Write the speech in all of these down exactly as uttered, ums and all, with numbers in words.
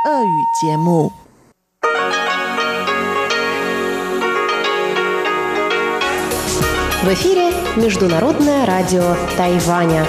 俄语节目。 В эфире Международное радио Тайваня.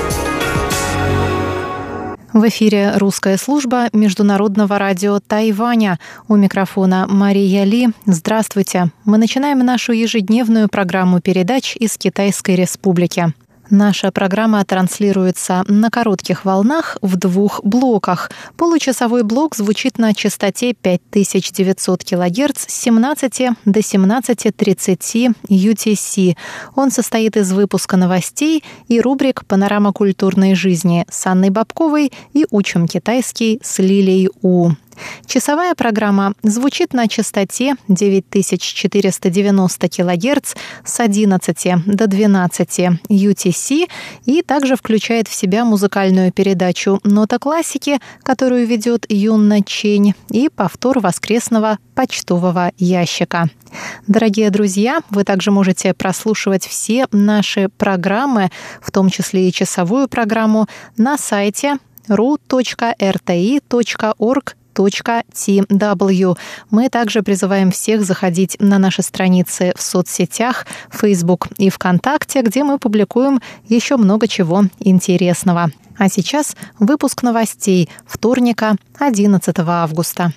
В эфире русская служба Международного радио Тайваня. У микрофона Мария Ли. Здравствуйте. Мы начинаем нашу ежедневную программу передач из Китайской Республики. Наша программа транслируется на коротких волнах в двух блоках. Получасовой блок звучит на частоте пять тысяч девятьсот килогерц с семнадцати до семнадцати тридцати ю ти си. Он состоит из выпуска новостей и рубрик «Панорама культурной жизни» с Анной Бабковой и «Учим китайский» с Лилией У. Часовая программа звучит на частоте девять тысяч четыреста девяносто килогерц с одиннадцати до двенадцати ю ти си и также включает в себя музыкальную передачу «Нота классики», которую ведет Юнна Чень, и повтор воскресного почтового ящика. Дорогие друзья, вы также можете прослушивать все наши программы, в том числе и часовую программу, на сайте ру точка эр тэ и точка орг точка ти дабл ю. Мы также призываем всех заходить на наши страницы в соцсетях Facebook и ВКонтакте, где мы публикуем еще много чего интересного. А сейчас выпуск новостей вторника, одиннадцатого августа.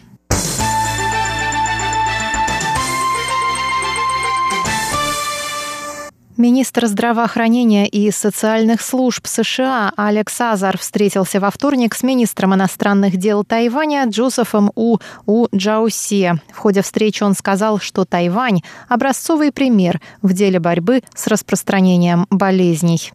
Министр здравоохранения и социальных служб США Алекс Азар встретился во вторник с министром иностранных дел Тайваня Джозефом У У Джауси. В ходе встречи он сказал, что Тайвань – образцовый пример в деле борьбы с распространением болезней.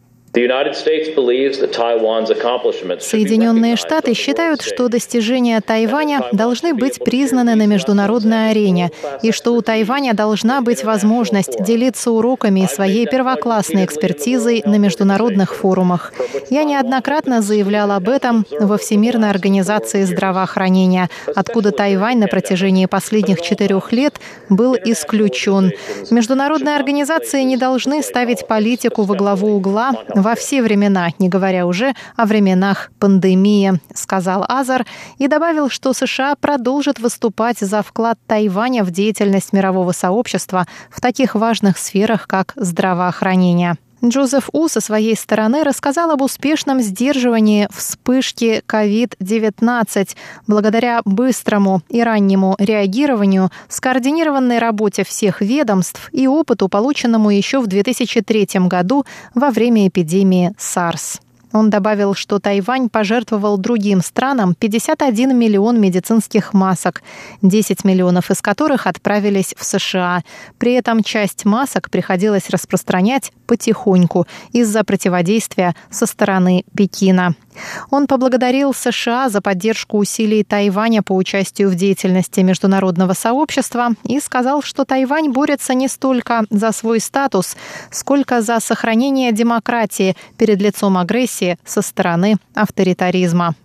Соединенные Штаты считают, что достижения Тайваня должны быть признаны на международной арене, и что у Тайваня должна быть возможность делиться уроками своей первоклассной экспертизой на международных форумах. Я неоднократно заявлял об этом во Всемирной организации здравоохранения, откуда Тайвань на протяжении последних четырех лет был исключен. Международные организации не должны ставить политику во главу угла во все времена, не говоря уже о временах пандемии, сказал Азар и добавил, что США продолжат выступать за вклад Тайваня в деятельность мирового сообщества в таких важных сферах, как здравоохранение. Джозеф У со своей стороны рассказал об успешном сдерживании вспышки ковид девятнадцать благодаря быстрому и раннему реагированию, скоординированной работе всех ведомств и опыту, полученному еще в две тысячи третьем году во время эпидемии SARS. Он добавил, что Тайвань пожертвовал другим странам пятьдесят один миллион медицинских масок, десять миллионов из которых отправились в США. При этом часть масок приходилось распространять потихоньку из-за противодействия со стороны Пекина. Он поблагодарил США за поддержку усилий Тайваня по участию в деятельности международного сообщества и сказал, что Тайвань борется не столько за свой статус, сколько за сохранение демократии перед лицом агрессии со стороны авторитаризма.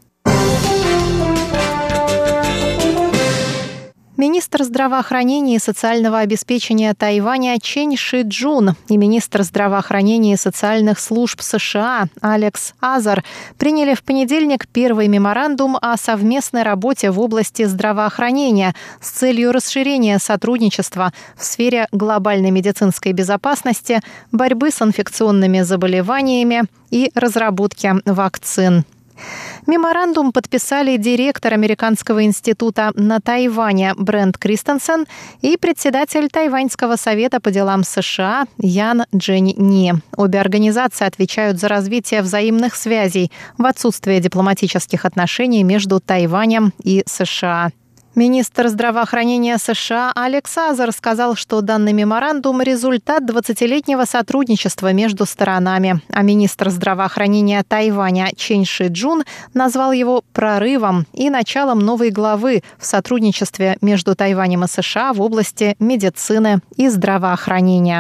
Министр здравоохранения и социального обеспечения Тайваня Чен Ши-Джун и министр здравоохранения и социальных служб США Алекс Азар приняли в понедельник первый меморандум о совместной работе в области здравоохранения с целью расширения сотрудничества в сфере глобальной медицинской безопасности, борьбы с инфекционными заболеваниями и разработки вакцин. Меморандум подписали директор Американского института на Тайване Брент Кристенсен и председатель Тайваньского совета по делам США Ян Джень Ни. Обе организации отвечают за развитие взаимных связей в отсутствие дипломатических отношений между Тайванем и США. Министр здравоохранения США Алекс Азар сказал, что данный меморандум – результат двадцатилетнего сотрудничества между сторонами, а министр здравоохранения Тайваня Чен Ши-Джун назвал его прорывом и началом новой главы в сотрудничестве между Тайванем и США в области медицины и здравоохранения.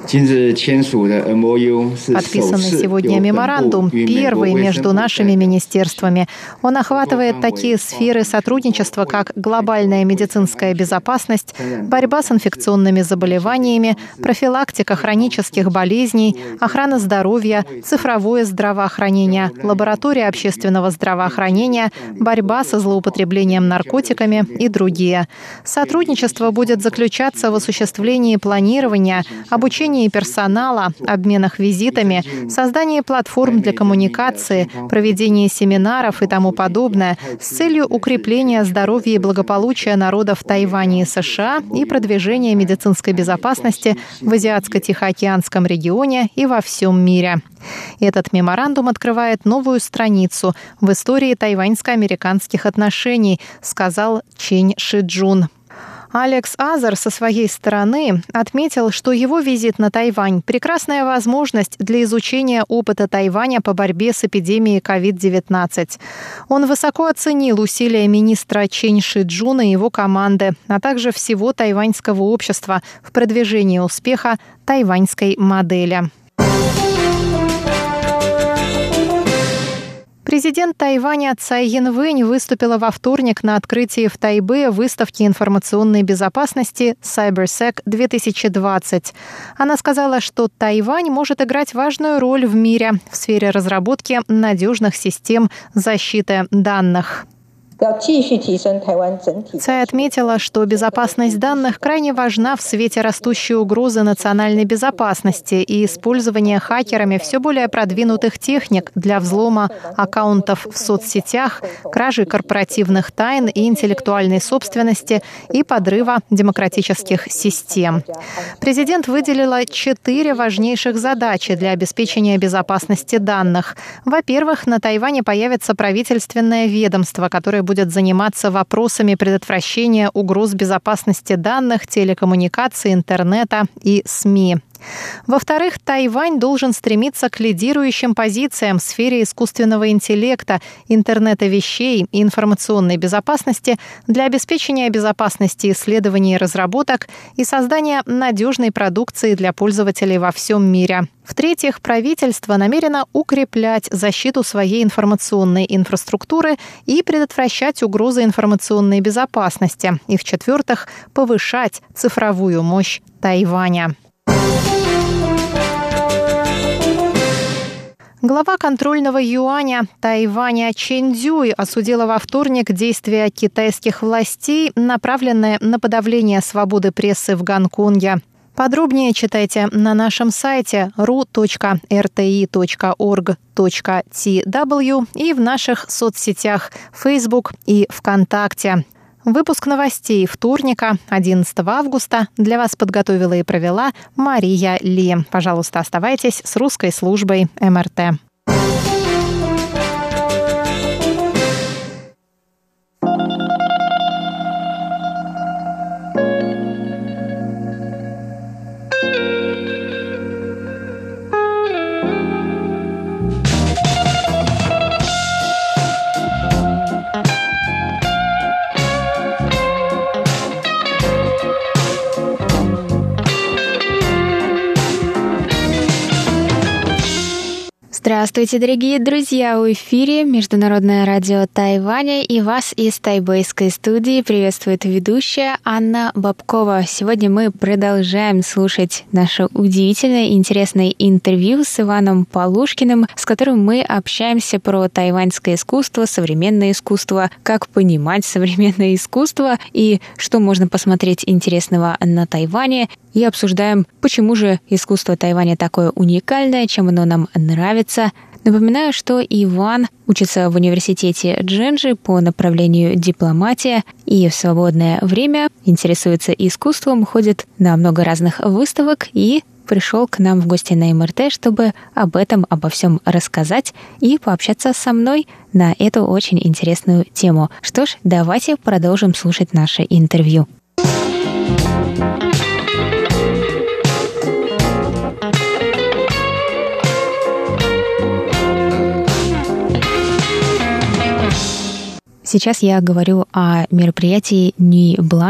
Подписанный сегодня меморандум, первый между нашими министерствами. Он охватывает такие сферы сотрудничества, как глобальная медицинская безопасность, борьба с инфекционными заболеваниями, профилактика хронических болезней, охрана здоровья, цифровое здравоохранение, лаборатория общественного здравоохранения, борьба со злоупотреблением наркотиками и другие. Сотрудничество будет заключаться в осуществлении планирования, обучении персонала, обменах визитами, создании платформ для коммуникации, проведении семинаров и тому подобное с целью укрепления здоровья и благополучия народов Тайваня и США и продвижения медицинской безопасности в Азиатско-Тихоокеанском регионе и во всем мире. Этот меморандум открывает новую страницу в истории тайваньско-американских отношений, сказал Чен Шиджун. Алекс Азар со своей стороны отметил, что его визит на Тайвань – прекрасная возможность для изучения опыта Тайваня по борьбе с эпидемией ковид девятнадцать. Он высоко оценил усилия министра Чен Шиджуна и его команды, а также всего тайваньского общества в продвижении успеха тайваньской модели. Президент Тайваня Цай Янвэнь выступила во вторник на открытии в Тайбэе выставки информационной безопасности CyberSec две тысячи двадцать. Она сказала, что Тайвань может играть важную роль в мире в сфере разработки надежных систем защиты данных. Цай отметила, что безопасность данных крайне важна в свете растущей угрозы национальной безопасности и использования хакерами все более продвинутых техник для взлома аккаунтов в соцсетях, кражи корпоративных тайн и интеллектуальной собственности и подрыва демократических систем. Президент выделила четыре важнейших задачи для обеспечения безопасности данных. Во-первых, на Тайване появится правительственное ведомство, которое будет будет заниматься вопросами предотвращения угроз безопасности данных, телекоммуникаций, интернета и СМИ. Во-вторых, Тайвань должен стремиться к лидирующим позициям в сфере искусственного интеллекта, интернета вещей и информационной безопасности для обеспечения безопасности исследований и разработок и создания надежной продукции для пользователей во всем мире. В-третьих, правительство намерено укреплять защиту своей информационной инфраструктуры и предотвращать угрозы информационной безопасности. И в-четвертых, повышать цифровую мощь Тайваня. Глава контрольного юаня Тайваня Чен Цзюй осудила во вторник действия китайских властей, направленные на подавление свободы прессы в Гонконге. Подробнее читайте на нашем сайте ру точка эр тэ и точка орг точка ти дабл ю и в наших соцсетях Facebook и ВКонтакте. Выпуск новостей вторника, одиннадцатого августа, для вас подготовила и провела Мария Ли. Пожалуйста, оставайтесь с русской службой эм эр тэ. Здравствуйте, дорогие друзья! В эфире Международное радио Тайваня, и вас из тайбэйской студии приветствует ведущая Анна Бабкова. Сегодня мы продолжаем слушать наше удивительное и интересное интервью с Иваном Полушкиным, с которым мы общаемся про тайваньское искусство, современное искусство, как понимать современное искусство и что можно посмотреть интересного на Тайване. И обсуждаем, почему же искусство Тайваня такое уникальное, чем оно нам нравится. Напоминаю, что Иван учится в университете Джэнджи по направлению дипломатия и в свободное время интересуется искусством, ходит на много разных выставок и пришел к нам в гости на эм эр тэ, чтобы об этом, обо всем рассказать и пообщаться со мной на эту очень интересную тему. Что ж, давайте продолжим слушать наше интервью. Сейчас я говорю о мероприятии «Nuit Blanche».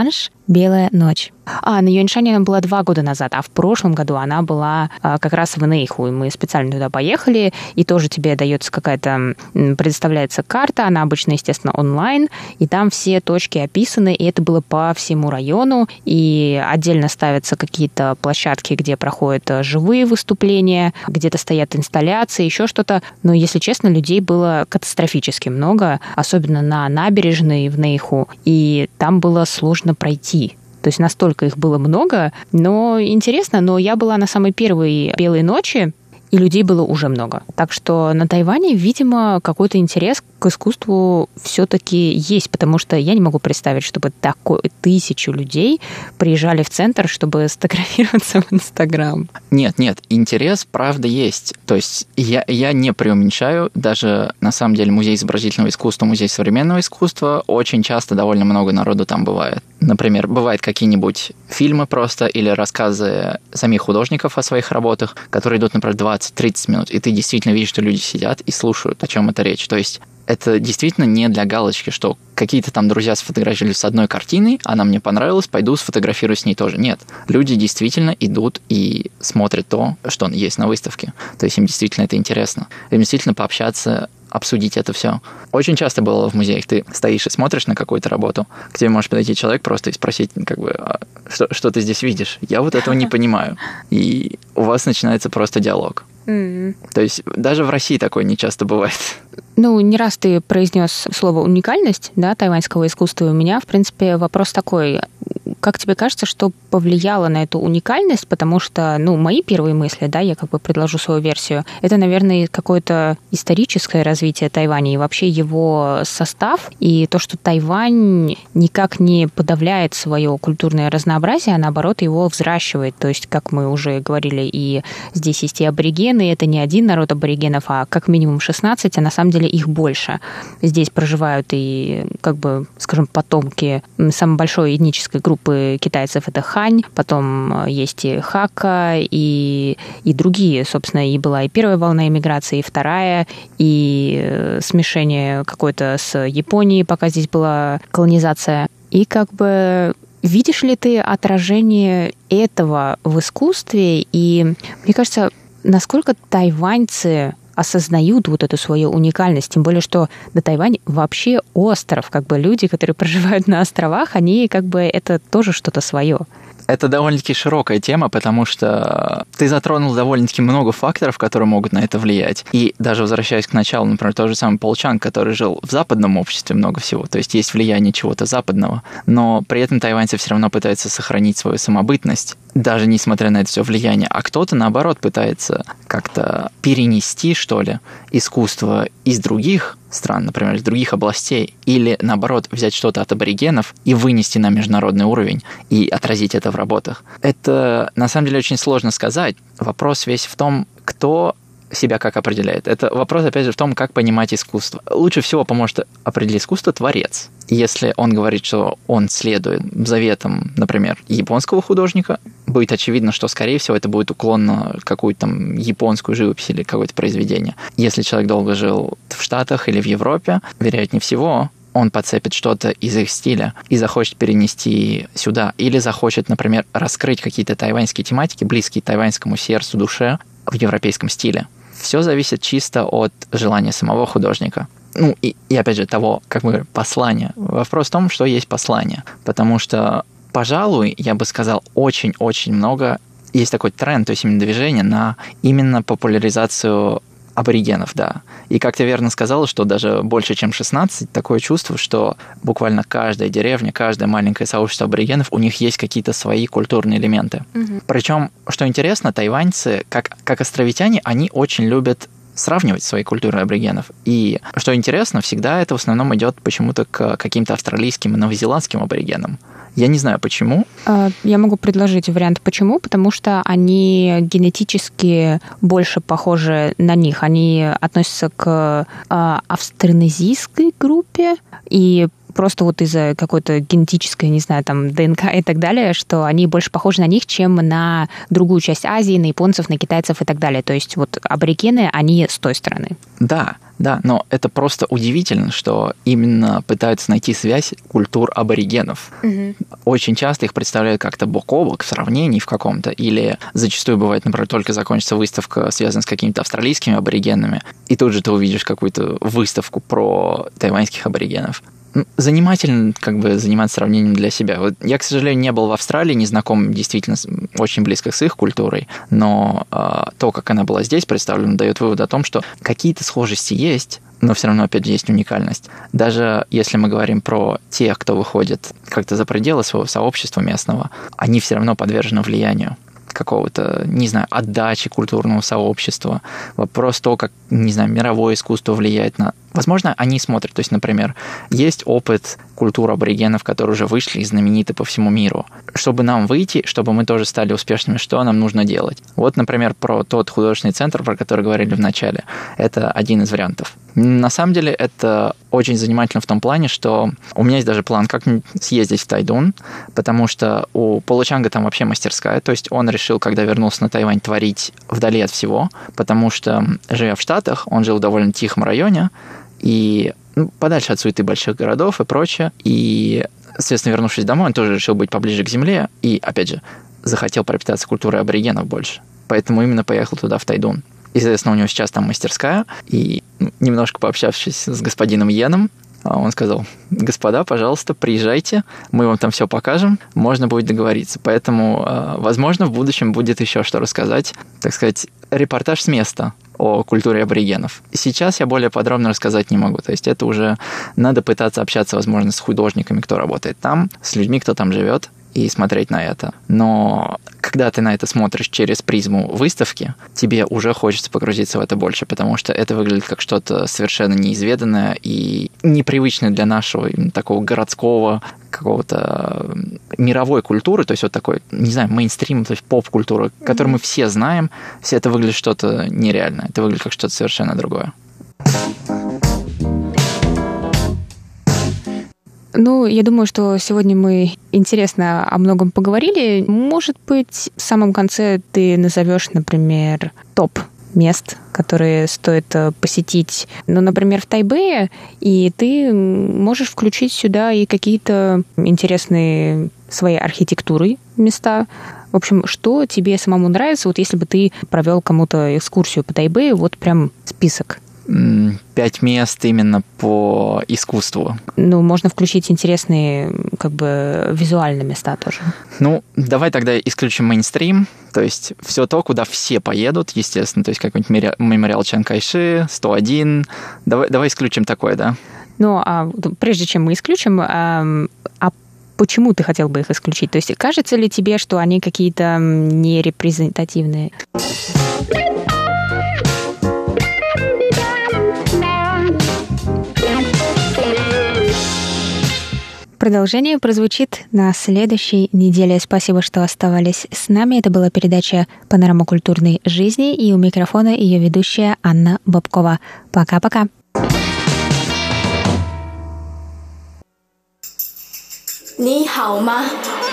Белая ночь. А, на Юаньшане она была два года назад, а в прошлом году она была а, как раз в Нэйху. И мы специально туда поехали, и тоже тебе дается какая-то, предоставляется карта, она обычно, естественно, онлайн, и там все точки описаны, и это было по всему району, и отдельно ставятся какие-то площадки, где проходят живые выступления, где-то стоят инсталляции, еще что-то. Но, если честно, людей было катастрофически много, особенно на набережной в Нэйху, и там было сложно пройти. То есть настолько их было много, но интересно, но я была на самой первой белой ночи, и людей было уже много. Так что на Тайване, видимо, какой-то интерес к искусству все-таки есть, потому что я не могу представить, чтобы такой тысячу людей приезжали в центр, чтобы сфотографироваться в Инстаграм. Нет, нет, интерес, правда, есть. То есть я, я не преуменьшаю. Даже, на самом деле, музей изобразительного искусства, музей современного искусства, очень часто довольно много народу там бывает. Например, бывают какие-нибудь фильмы просто или рассказы самих художников о своих работах, которые идут, например, двадцать-тридцать минут, и ты действительно видишь, что люди сидят и слушают, о чем это речь. То есть это действительно не для галочки, что какие-то там друзья сфотографировали с одной картиной, она мне понравилась, пойду сфотографирую с ней тоже. Нет, люди действительно идут и смотрят то, что есть на выставке. То есть им действительно это интересно. Им действительно пообщаться, обсудить это все. Очень часто было в музеях, ты стоишь и смотришь на какую-то работу, к тебе может подойти человек просто и спросить, как бы, а что, что ты здесь видишь? Я вот этого не понимаю. И у вас начинается просто диалог. Mm. То есть даже в России такое не часто бывает. Ну, не раз ты произнес слово «уникальность», да, тайваньского искусства. И у меня, в принципе, вопрос такой. Как тебе кажется, что повлияло на эту уникальность? Потому что, ну, мои первые мысли, да, я как бы предложу свою версию, это, наверное, какое-то историческое развитие Тайваня и вообще его состав, и то, что Тайвань никак не подавляет свое культурное разнообразие, а наоборот его взращивает. То есть, как мы уже говорили, и здесь есть и аборигены, это не один народ аборигенов, а как минимум шестнадцать, а на самом деле их больше. Здесь проживают и, как бы, скажем, потомки самой большой этнической группы китайцев — это хань, потом есть и хака, и, и другие, собственно, и была и первая волна иммиграции, и вторая, и смешение какое-то с Японией, пока здесь была колонизация. И как бы видишь ли ты отражение этого в искусстве? И мне кажется, насколько тайваньцы осознают вот эту свою уникальность, тем более, что на Тайвань вообще остров, как бы люди, которые проживают на островах, они как бы это тоже что-то свое. Это довольно-таки широкая тема, потому что ты затронул довольно-таки много факторов, которые могут на это влиять. И даже возвращаясь к началу, например, тот же самый Пол Чанг, который жил в западном обществе, много всего, то есть есть влияние чего-то западного, но при этом тайваньцы все равно пытаются сохранить свою самобытность, даже несмотря на это все влияние. А кто-то, наоборот, пытается как-то перенести, что ли, искусство из других стран, например, из других областей, или, наоборот, взять что-то от аборигенов и вынести на международный уровень и отразить это в работах. Это, на самом деле, очень сложно сказать. Вопрос весь в том, кто себя как определяет. Это вопрос, опять же, в том, как понимать искусство. Лучше всего поможет определить искусство творец. Если он говорит, что он следует заветам, например, японского художника, будет очевидно, что, скорее всего, это будет уклон на какую-то там японскую живопись или какое-то произведение. Если человек долго жил в Штатах или в Европе, вероятнее всего, он подцепит что-то из их стиля и захочет перенести сюда. Или захочет, например, раскрыть какие-то тайваньские тематики, близкие тайваньскому сердцу, душе, в европейском стиле. Все зависит чисто от желания самого художника. Ну, и, и опять же, того, как мы говорим, послания. Вопрос в том, что есть послание. Потому что, пожалуй, я бы сказал, очень-очень много есть такой тренд, то есть именно движение на именно популяризацию аборигенов, да. И как ты верно сказала, что даже больше, чем шестнадцать, такое чувство, что буквально каждая деревня, каждое маленькое сообщество аборигенов, у них есть какие-то свои культурные элементы. Mm-hmm. Причем, что интересно, тайваньцы, как, как островитяне, они очень любят сравнивать свои культуры аборигенов. И, что интересно, всегда это в основном идет почему-то к каким-то австралийским и новозеландским аборигенам. Я не знаю, почему. Я могу предложить вариант «почему», потому что они генетически больше похожи на них. Они относятся к австронезийской группе, и просто вот из-за какой-то генетической, не знаю, там, ДНК и так далее, что они больше похожи на них, чем на другую часть Азии, на японцев, на китайцев и так далее. То есть вот аборигены, они с той стороны. Да, да, но это просто удивительно, что именно пытаются найти связь культур аборигенов. Угу. Очень часто их представляют как-то бок о бок в сравнении в каком-то, или зачастую бывает, например, только закончится выставка, связанная с какими-то австралийскими аборигенами, и тут же ты увидишь какую-то выставку про тайваньских аборигенов. Занимательно как бы заниматься сравнением для себя. Вот я, к сожалению, не был в Австралии, не знаком действительно очень близко с их культурой, но э, то, как она была здесь представлена, дает вывод о том, что какие-то схожести есть, но все равно, опять же, есть уникальность. Даже если мы говорим про тех, кто выходит как-то за пределы своего сообщества местного, они все равно подвержены влиянию какого-то, не знаю, отдачи культурного сообщества. Вопрос того, как, не знаю, мировое искусство влияет на... Возможно, они смотрят, то есть, например, есть опыт культур аборигенов, которые уже вышли и знамениты по всему миру. Чтобы нам выйти, чтобы мы тоже стали успешными, что нам нужно делать? Вот, например, про тот художественный центр, про который говорили в начале. Это один из вариантов. На самом деле, это очень занимательно в том плане, что у меня есть даже план, как съездить в Тайдун, потому что у Получанга там вообще мастерская, то есть он решил, когда вернулся на Тайвань, творить вдали от всего, потому что, живя в Штатах, он жил в довольно тихом районе, и ну, подальше от суеты больших городов и прочее. И, соответственно, вернувшись домой, он тоже решил быть поближе к земле и, опять же, захотел пропитаться культурой аборигенов больше. Поэтому именно поехал туда, в Тайдун. И, соответственно, у него сейчас там мастерская. И немножко пообщавшись с господином Йеном, он сказал: господа, пожалуйста, приезжайте, мы вам там все покажем, можно будет договориться. Поэтому, возможно, в будущем будет еще что рассказать, так сказать, репортаж с места о культуре аборигенов. Сейчас я более подробно рассказать не могу. То есть это уже надо пытаться общаться, возможно, с художниками, кто работает там, с людьми, кто там живет, и смотреть на это. Но когда ты на это смотришь через призму выставки, тебе уже хочется погрузиться в это больше, потому что это выглядит как что-то совершенно неизведанное и непривычное для нашего такого городского какого-то мировой культуры, то есть вот такой, не знаю, мейнстрим, то есть поп-культуры, mm-hmm. которую мы все знаем, все это выглядит что-то нереальное, это выглядит как что-то совершенно другое. Ну, я думаю, что сегодня мы интересно о многом поговорили. Может быть, в самом конце ты назовешь, например, топ мест, которые стоит посетить, ну, например, в Тайбэе, и ты можешь включить сюда и какие-то интересные своей архитектурой места. В общем, что тебе самому нравится, вот если бы ты провел кому-то экскурсию по Тайбэю, вот прям список. Пять мест именно по искусству. Ну, можно включить интересные, как бы, визуальные места тоже. Ну, давай тогда исключим мейнстрим, то есть все то, куда все поедут, естественно, то есть какой-нибудь мемориал Чан Кайши, сто один. Давай, давай исключим такое, да? Ну, а прежде чем мы исключим, а, а почему ты хотел бы их исключить? То есть кажется ли тебе, что они какие-то нерепрезентативные? Продолжение прозвучит на следующей неделе. Спасибо, что оставались с нами. Это была передача «Панорама культурной жизни», и у микрофона ее ведущая Анна Бабкова. Пока-пока. Ни хао ма?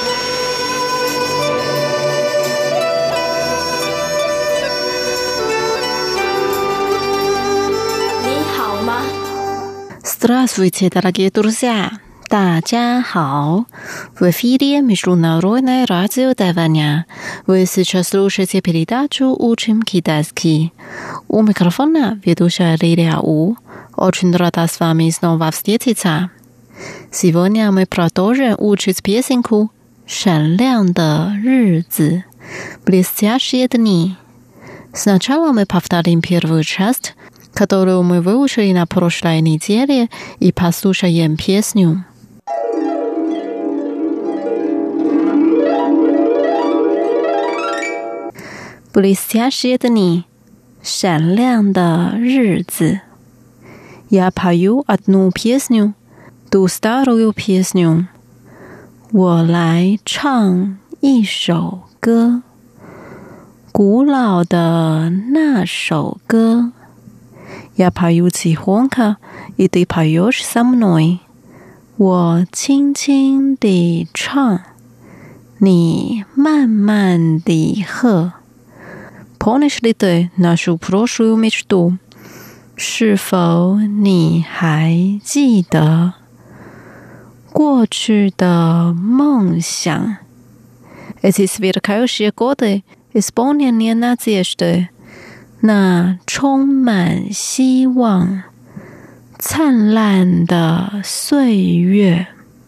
Ни хао ма? Здравствуйте, дорогие друзья! 大家好, в эфире Международное радио Тайваня. Вы сейчас слушаете передачу «Учим китайский». У микрофона ведущая Лилия У. Очень рада с вами снова встретиться. Сегодня мы продолжим учить песенку «闪亮的日子», «Блестящие дни». Сначала мы повторим первую часть, которую мы выучили на прошлой неделе, и послушаем песню. Блестящие дни, 闪亮的日子. Я пою одну песню, ту старую песню. 我来唱一首歌，古老的那首歌. Я пою тихонько, и ты поешь со мной. 我轻轻地唱，你慢慢地喝。Помнишь ли ты нашу прошлую мечту? 是否你还记得过去的梦想？Эти сверкающие годы, исполненные надежды, 那充满希望、灿烂的岁月。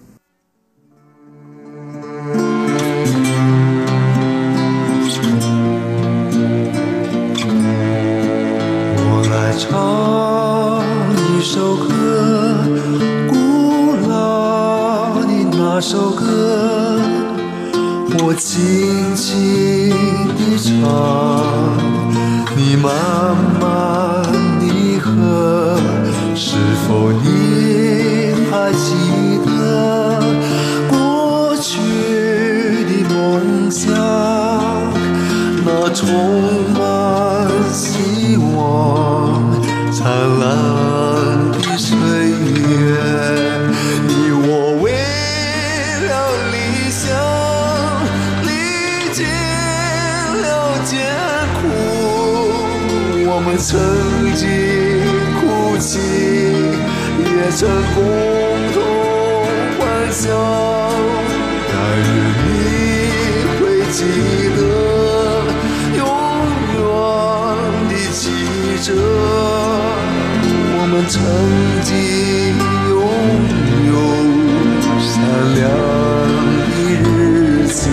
我来唱一首歌，古老的那首歌，我轻轻地唱，你慢慢地喝。是否你还记得过去的梦想，那充满希望灿烂的岁月？你我为了理想历经了艰苦，我们曾经哭泣，也曾共同欢笑。但愿你会记得，永远地记着，我们曾经拥有闪亮的日子。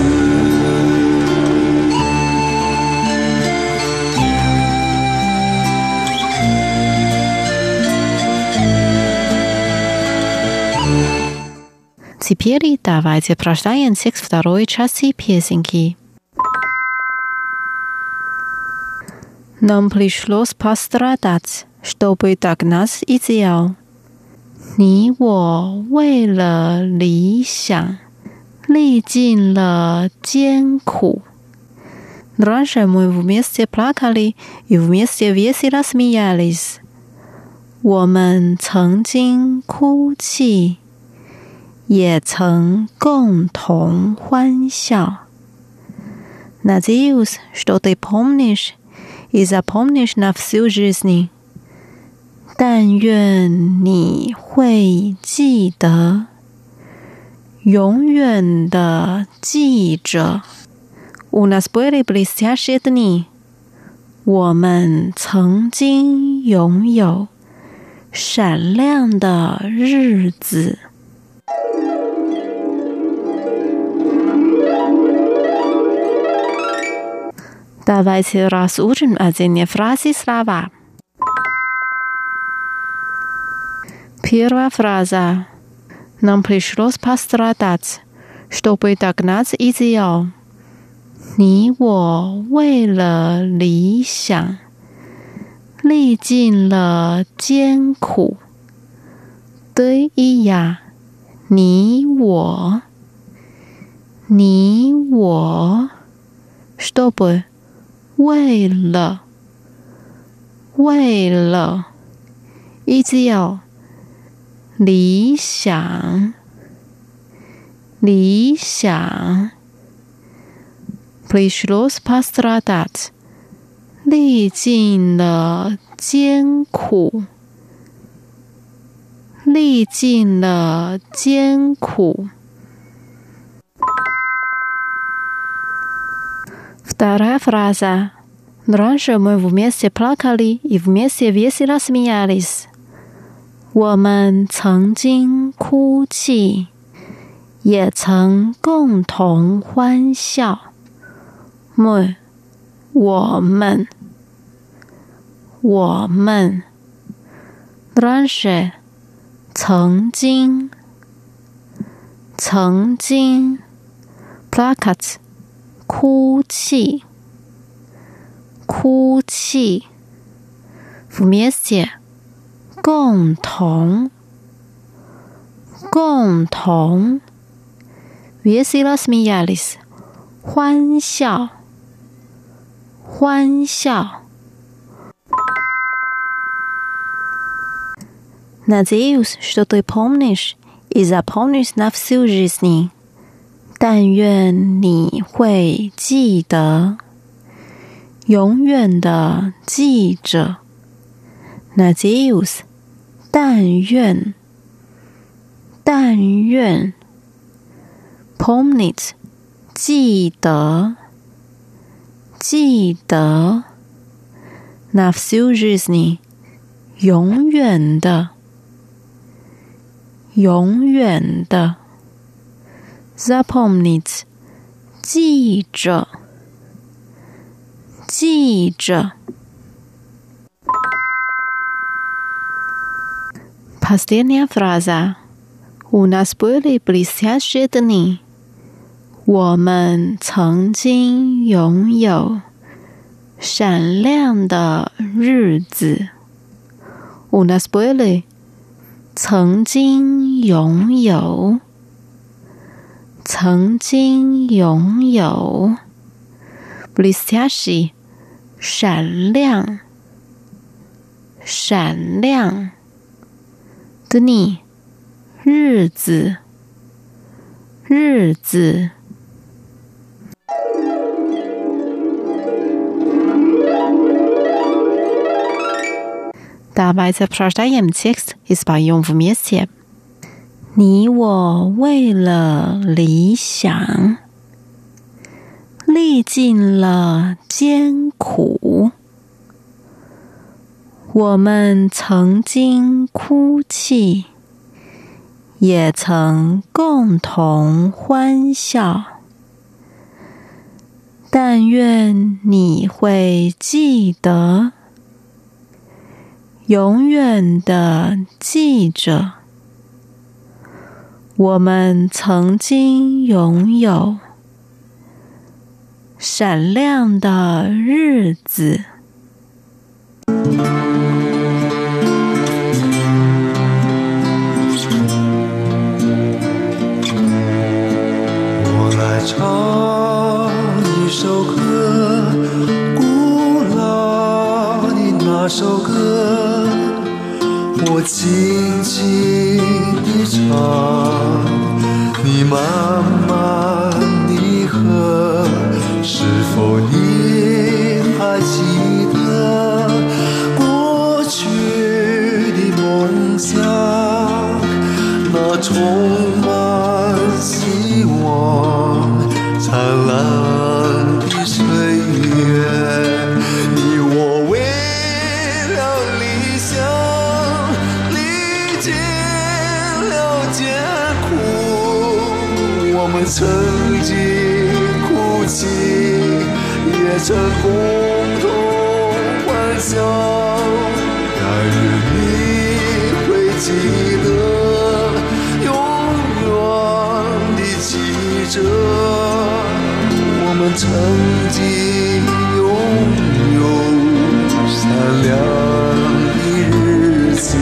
Теперь давайте прочитаем текст второй части песенки. Нам пришлось пострадать, чтобы догнать идеал. 你我为了理想历尽了艰苦。Раньше мы вместе плакали и вместе весело смеялись. 我们曾经哭泣，也曾共同欢笑。Надеюсь, что ты помнишь и запомнишь на всю жизнь. 但愿你会记得，永远的记着。У нас были блестящие дни. 我们曾经拥有闪亮的日子。Давайте разучим отдельные фразы слова. Первая фраза. Нам пришлось пострадать, чтобы догнать идеал. 你我为了理想历尽了艰苦。对呀，你我，你我 чтобы 为了，为了 ideal 理想，理想 пришлось пострадать 历尽了艰苦，历尽了艰苦。Вторая фраза. Раньше мы вместе плакали и вместе весело смеялись. 我们曾经哭泣，也曾共同欢笑。мы 我们，我们 раньше 曾经，曾经 плакать 哭泣，哭泣 вместе 共同，共同 весело смеялись 欢笑，欢笑。Надеюсь, что ты помнишь и запомнить на всю жизнь. 但愿你会记得，永远的记着。Надеюсь, 但愿，但愿。Помнить, 记得，记得。На всю жизнь, 永远的，永远的。Запомнить, 记着，记着。Последняя фраза. У нас были блестящие дни. 我们曾经拥有闪亮的日子。У нас были 曾经拥有。曾经拥有 блестящий 闪亮闪亮 дни 日子日子。Давайте прочитаем текст и споем вместе. 你我为了理想历尽了艰苦，我们曾经哭泣，也曾共同欢笑。但愿你会记得，永远的记着。我们曾经拥有闪亮的日子。 我来唱一首歌，古老的那首歌，我轻轻地唱。你慢慢地喝，是否你还记得过去的梦想？那充满希望灿烂的岁月，你我为了理想历尽了艰苦，我们曾经哭泣，也曾共同欢笑。但愿你会记得，永远地记着，我们曾经拥有闪亮的日子。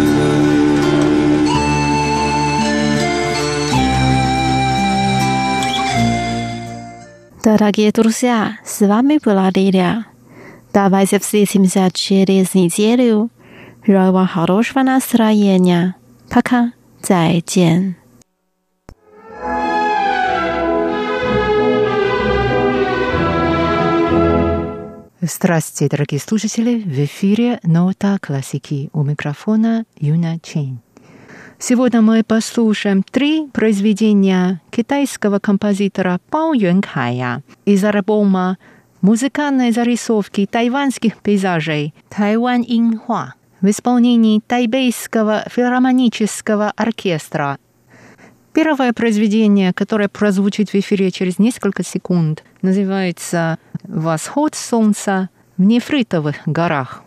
Дорогие друзья, с вами была Лилия. Давайте встретимся через неделю. Желаю вам хорошего настроения. Пока. 再见。 Здравствуйте, дорогие слушатели! В эфире «Нота классики». У микрофона Юна Чен. Сегодня мы послушаем три произведения китайского композитора Бао Юнхая из альбома «Музыкальные зарисовки тайваньских пейзажей» «Тайвань Инхуа» в исполнении Тайбэйского филармонического оркестра. Первое произведение, которое прозвучит в эфире через несколько секунд, называется «Восход солнца в нефритовых горах».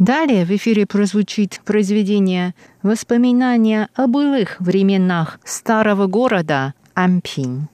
Далее в эфире прозвучит произведение «Воспоминания о былых временах старого города Анпин».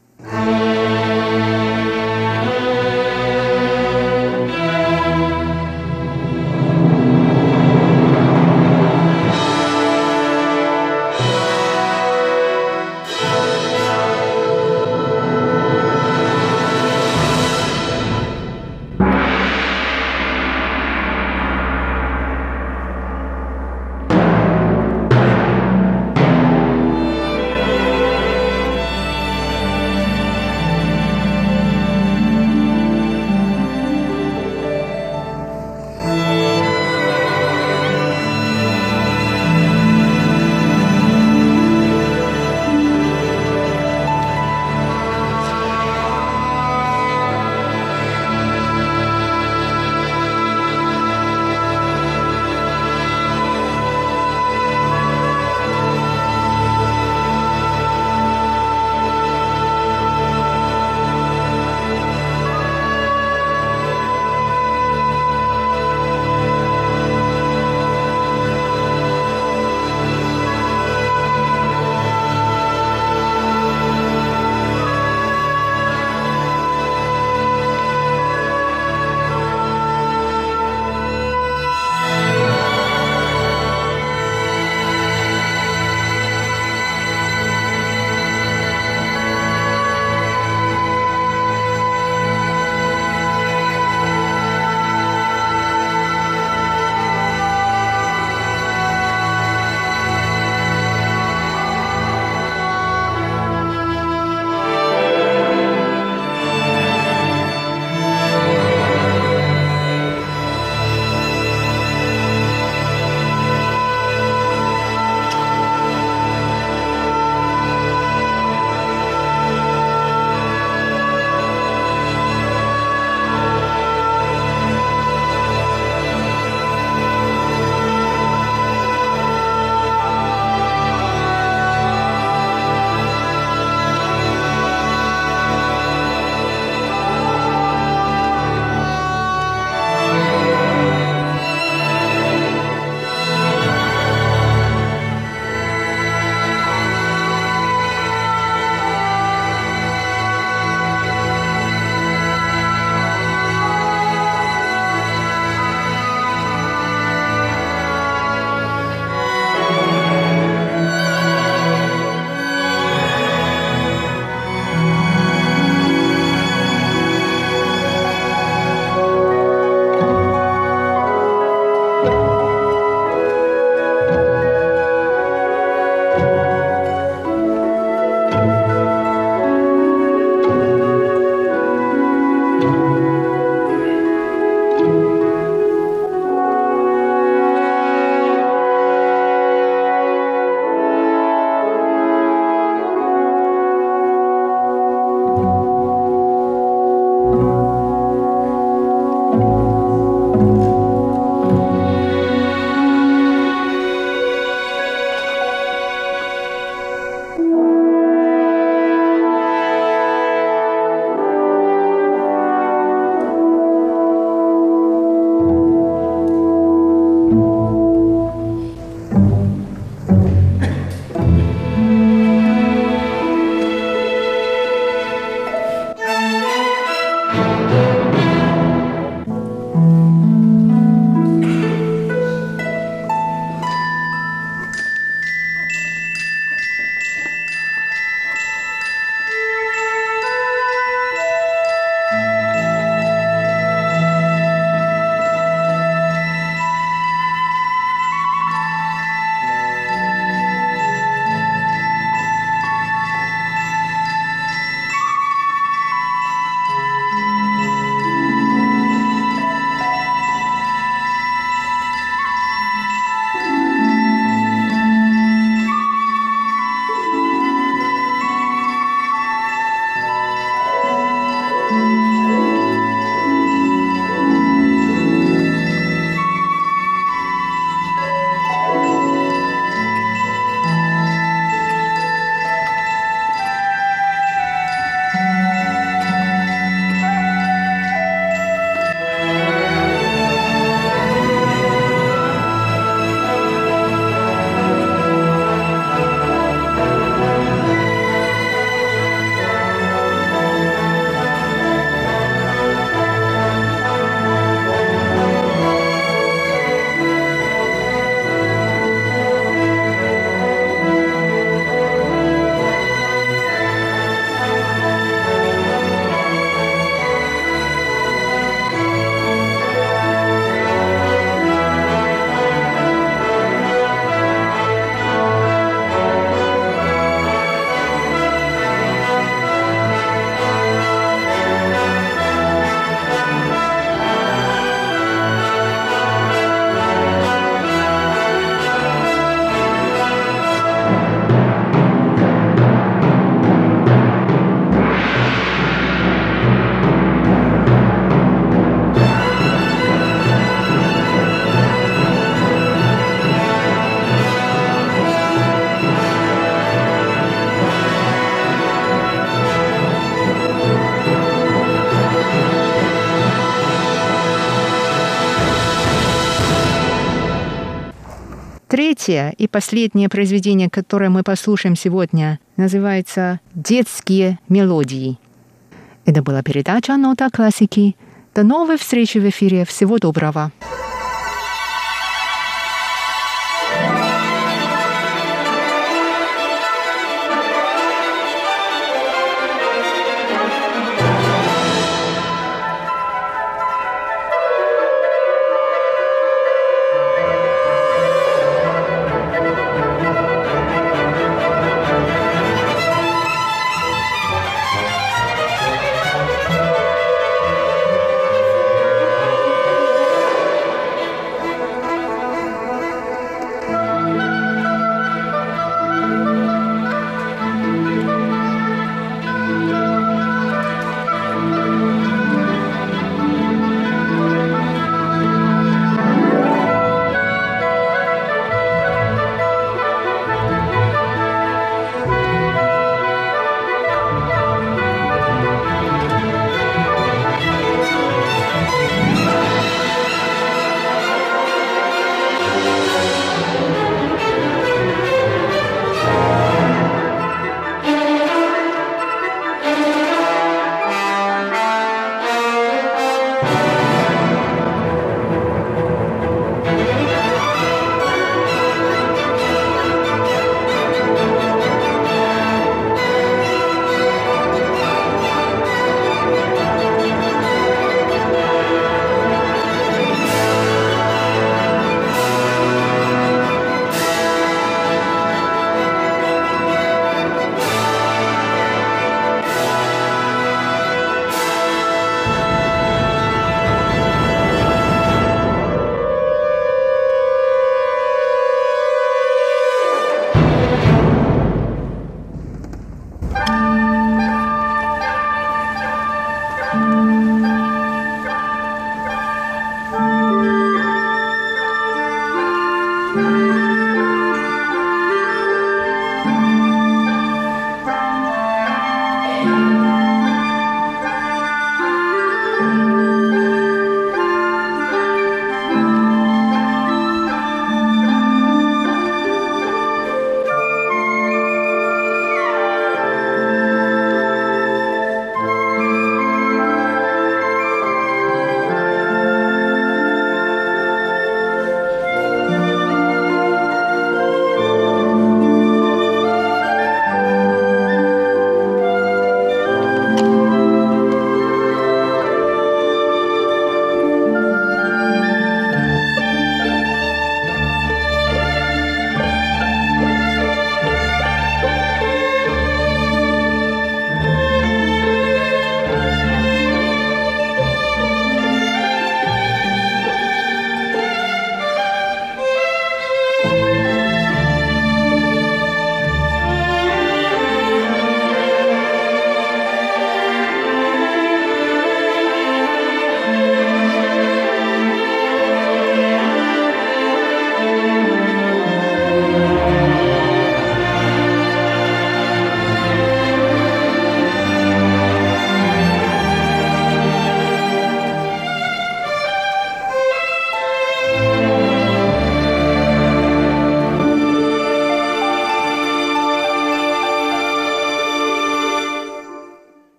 Третье и последнее произведение, которое мы послушаем сегодня, называется «Детские мелодии». Это была передача «Нота классики». До новой встречи в эфире. Всего доброго.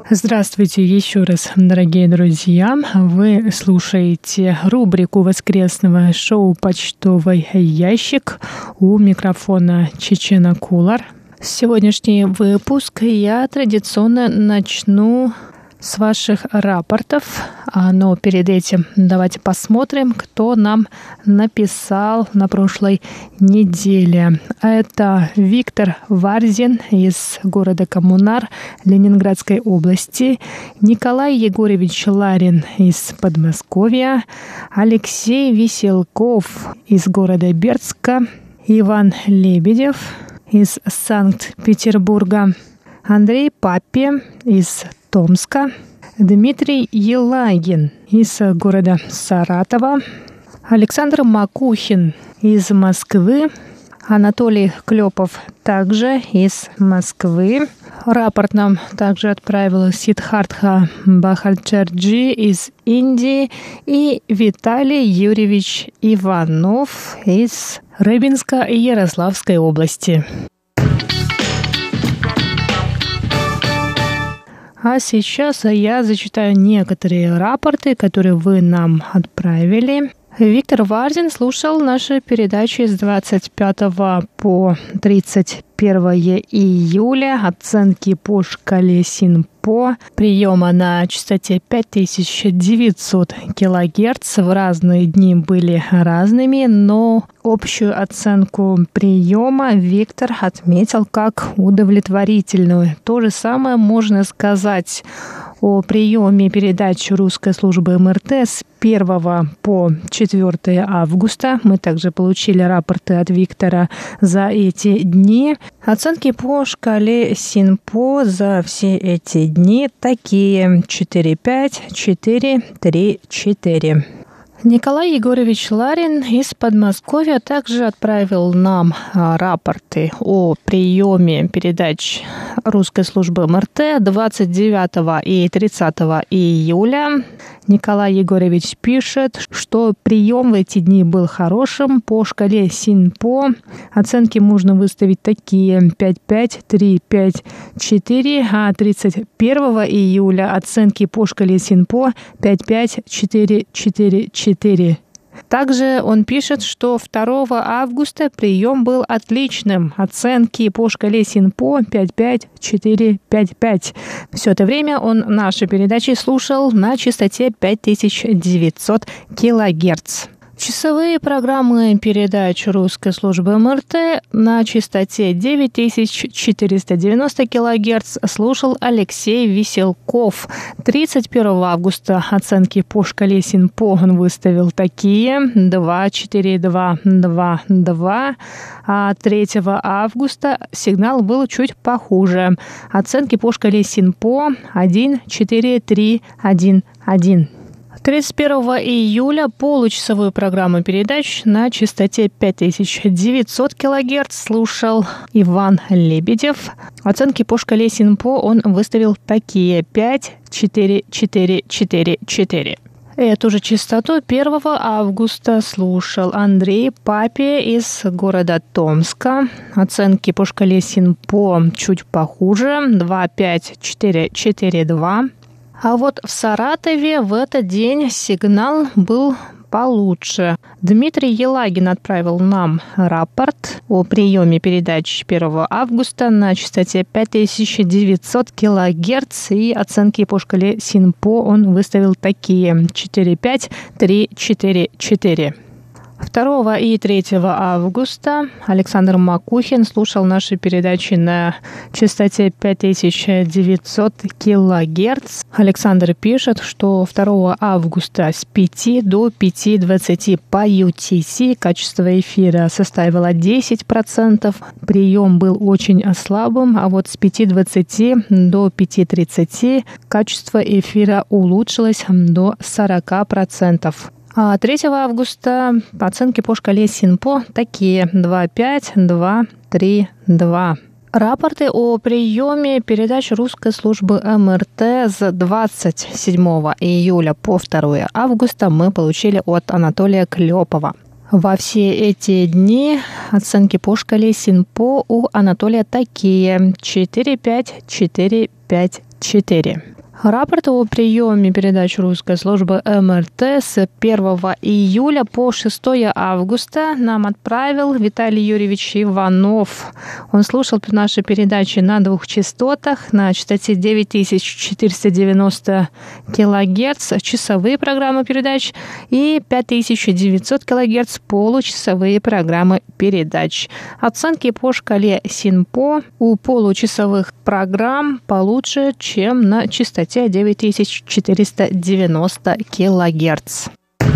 Здравствуйте еще раз, дорогие друзья. Вы слушаете рубрику воскресного шоу «Почтовый ящик». У микрофона Чечена Кулар. Сегодняшний выпуск я традиционно начну с ваших рапортов, но перед этим давайте посмотрим, кто нам написал на прошлой неделе. Это Виктор Варзин из города Коммунар Ленинградской области, Николай Егорович Ларин из Подмосковья, Алексей Веселков из города Бердска, Иван Лебедев из Санкт-Петербурга, Андрей Папе из Томска, Дмитрий Елагин из города Саратова, Александр Макухин из Москвы, Анатолий Клепов также из Москвы. Рапорт нам также отправил Сиддхартха Бахальчарджи из Индии и Виталий Юрьевич Иванов из Рыбинска и Ярославской области. А сейчас я зачитаю некоторые рапорты, которые вы нам отправили. Виктор Варзин слушал наши передачи с двадцать пятого по тридцать первое июля. Оценки по шкале Синпо. Приема на частоте пять тысяч девятьсот килогерц. В разные дни были разными, но общую оценку приема Виктор отметил как удовлетворительную. То же самое можно сказать о приеме передач русской службы эм эр тэ с первого по четвёртое августа. Мы также получили рапорты от Виктора за эти дни. Оценки по шкале Синпо за все эти дни такие: четыре пять, четыре три четыре. Николай Егорович Ларин из Подмосковья также отправил нам рапорты о приеме передач русской службы эм эр тэ двадцать девятого и тридцатого июля. Николай Егорович пишет, что прием в эти дни был хорошим. По шкале Синпо оценки можно выставить такие: пять пять, три пять, четыре, а тридцать первого июля оценки по шкале Синпо пять пять, четыре четыре четыре. Также он пишет, что второго августа прием был отличным. Оценки по шкале Синпо пять пять, четыре пять пять. Все это время он наши передачи слушал на частоте пять тысяч девятьсот килогерц. Часовые программы передач русской службы эм эр тэ на частоте девять тысяч четыреста девяносто килогерц слушал Алексей Веселков. тридцать первого августа оценки по шкале Синпо он выставил такие: два четыре два два два, а третьего августа сигнал был чуть похуже. Оценки по шкале Синпо один четыре три один один. тридцать первого июля получасовую программу передач на частоте пять тысяч девятьсот килогерц слушал Иван Лебедев. Оценки по шкале Синпо он выставил такие: пять четыре четыре четыре четыре. Эту же частоту первого августа слушал Андрей Папе из города Томска. Оценки по шкале Синпо чуть похуже: два пять четыре четыре два. А вот в Саратове в этот день сигнал был получше. Дмитрий Елагин отправил нам рапорт о приеме передач первого августа на частоте пять тысяч девятьсот килогерц, и оценки по шкале Синпо он выставил такие: четыре пять, три четыре четыре. второго и третьего августа Александр Макухин слушал наши передачи на частоте пять тысяч девятьсот килогерц. Александр пишет, что второго августа с пяти до пяти двадцати по ю ти си качество эфира составило десять процентов. Прием был очень слабым, а вот с пяти двадцати до пяти тридцати качество эфира улучшилось до сорока процентов. А третьего августа оценки по шкале Синпо такие: два пять, два три два. Рапорты о приеме передач русской службы эм эр тэ с двадцать седьмого июля по второго августа мы получили от Анатолия Клепова. Во все эти дни оценки по шкале Синпо у Анатолия такие: четыре пять, четыре пять четыре. Рапорт о приеме передач русской службы эм эр тэ с первого июля по шестого августа нам отправил Виталий Юрьевич Иванов. Он слушал наши передачи на двух частотах, на частоте девять тысяч четыреста девяносто килогерц, часовые программы передач, и пять тысяч девятьсот килогерц, получасовые программы передач. Оценки по шкале СИНПО у получасовых программ получше, чем на частоте девять тысяч четыреста девяносто килогерц.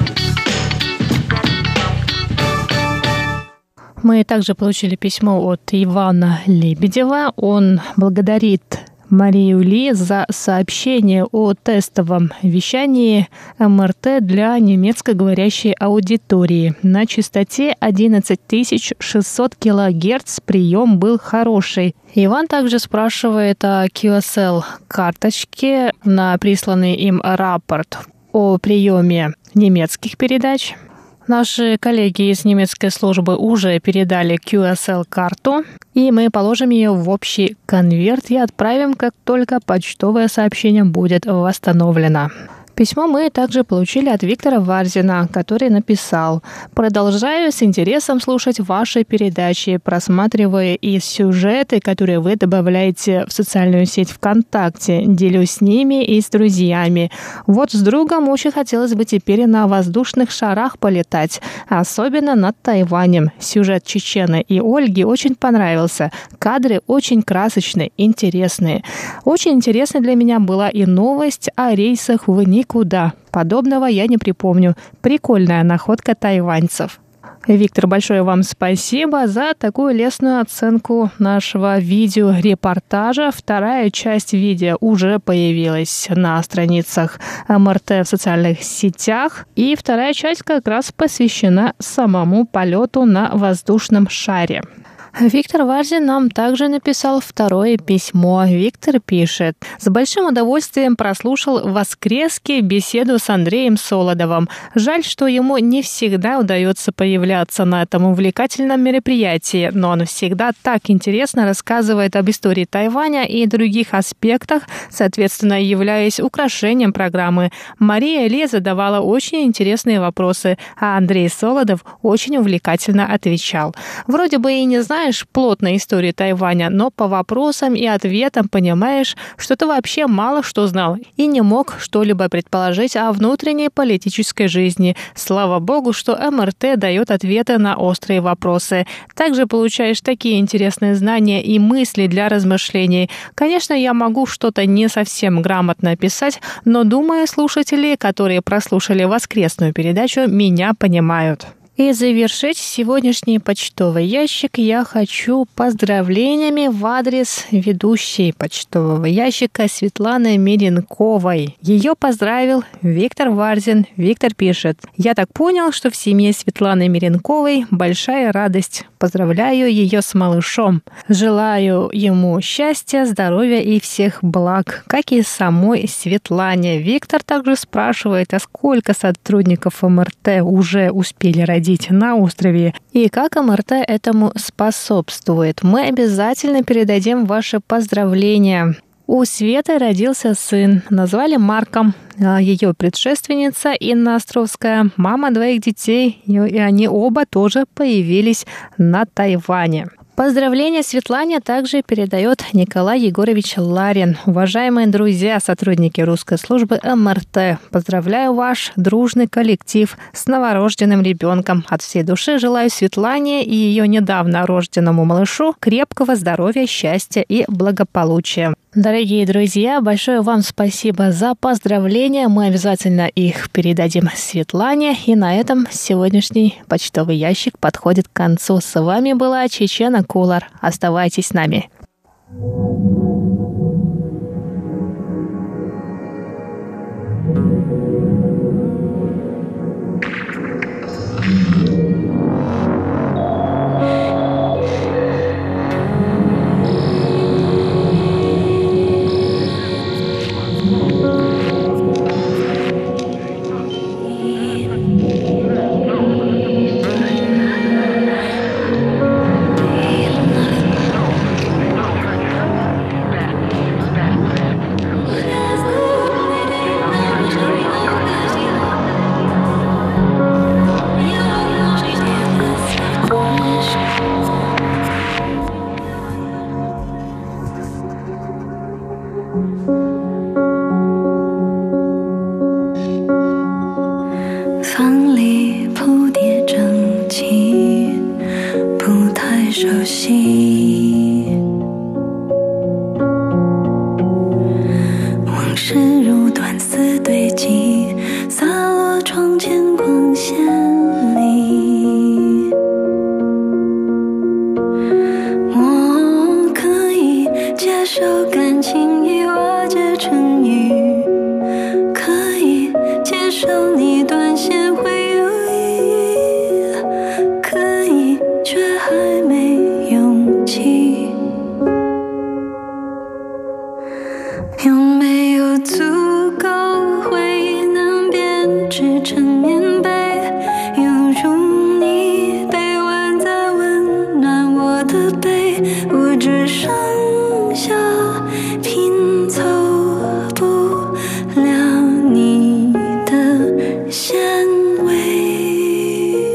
Мы также получили письмо от Ивана Лебедева. Он благодарит Марию Ли за сообщение о тестовом вещании эм эр тэ для немецкоговорящей аудитории. На частоте одиннадцать тысяч шестьсот килогерц прием был хороший. Иван также спрашивает о кью эс эл-карточке на присланный им рапорт о приеме немецких передач. Наши коллеги из немецкой службы уже передали кью эс эл-карту, и мы положим ее в общий конверт и отправим, как только почтовое сообщение будет восстановлено. Письмо мы также получили от Виктора Варзина, который написал: «Продолжаю с интересом слушать ваши передачи, просматривая и сюжеты, которые вы добавляете в социальную сеть ВКонтакте. Делюсь с ними и с друзьями. Вот с другом очень хотелось бы теперь на воздушных шарах полетать, особенно над Тайванем. Сюжет Чечены и Ольги очень понравился. Кадры очень красочные, интересные. Очень интересной для меня была и новость о рейсах в Никуда. Подобного я не припомню. Прикольная находка тайваньцев». Виктор, большое вам спасибо за такую лестную оценку нашего видеорепортажа. Вторая часть видео уже появилась на страницах эм эр тэ в социальных сетях. И вторая часть как раз посвящена самому полету на воздушном шаре. Виктор Варзин нам также написал второе письмо. Виктор пишет: «С большим удовольствием прослушал в воскреске беседу с Андреем Солодовым. Жаль, что ему не всегда удается появляться на этом увлекательном мероприятии, но он всегда так интересно рассказывает об истории Тайваня и других аспектах, соответственно, являясь украшением программы. Мария Ли задавала очень интересные вопросы, а Андрей Солодов очень увлекательно отвечал. Вроде бы и не знаешь плотной истории Тайваня, но по вопросам и ответам понимаешь, что ты вообще мало что знал и не мог что-либо предположить о внутренней политической жизни. Слава богу, что эм эр тэ дает ответы на острые вопросы. Также получаешь такие интересные знания и мысли для размышлений. Конечно, я могу что-то не совсем грамотно описать, но думаю, слушатели, которые прослушали воскресную передачу, меня понимают». И завершить сегодняшний почтовый ящик я хочу поздравлениями в адрес ведущей почтового ящика Светланы Миренковой. Ее поздравил Виктор Варзин. Виктор пишет: «Я так понял, что в семье Светланы Миренковой большая радость. Поздравляю ее с малышом. Желаю ему счастья, здоровья и всех благ, как и самой Светлане». Виктор также спрашивает, а сколько сотрудников эм эр тэ уже успели родить на острове и как эм эр тэ этому способствует. Мы обязательно передадим ваши поздравления. У Светы родился сын, назвали Марком. Ее предшественница Инна Островская, мама двоих детей, и они оба тоже появились на Тайване. Поздравления Светлане также передает Николай Егорович Ларин. Уважаемые друзья, сотрудники русской службы эм эр тэ, поздравляю ваш дружный коллектив с новорожденным ребенком. От всей души желаю Светлане и ее недавно рожденному малышу крепкого здоровья, счастья и благополучия. Дорогие друзья, большое вам спасибо за поздравления. Мы обязательно их передадим Светлане. И на этом сегодняшний почтовый ящик подходит к концу. С вами была Чечена Кулар. Оставайтесь с нами. 房里铺叠整齐，不太熟悉。往事如短丝堆积，洒落窗前光线里。我可以接受感情已瓦解成雨，可以接受你断线会有意义，可以却还没勇气。有没有足够回忆能编织成棉被，犹如你臂弯在温暖我的背，我只剩下拼凑不了你的纤维。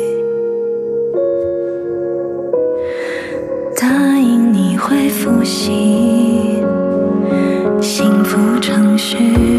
答应你会复习幸福程序。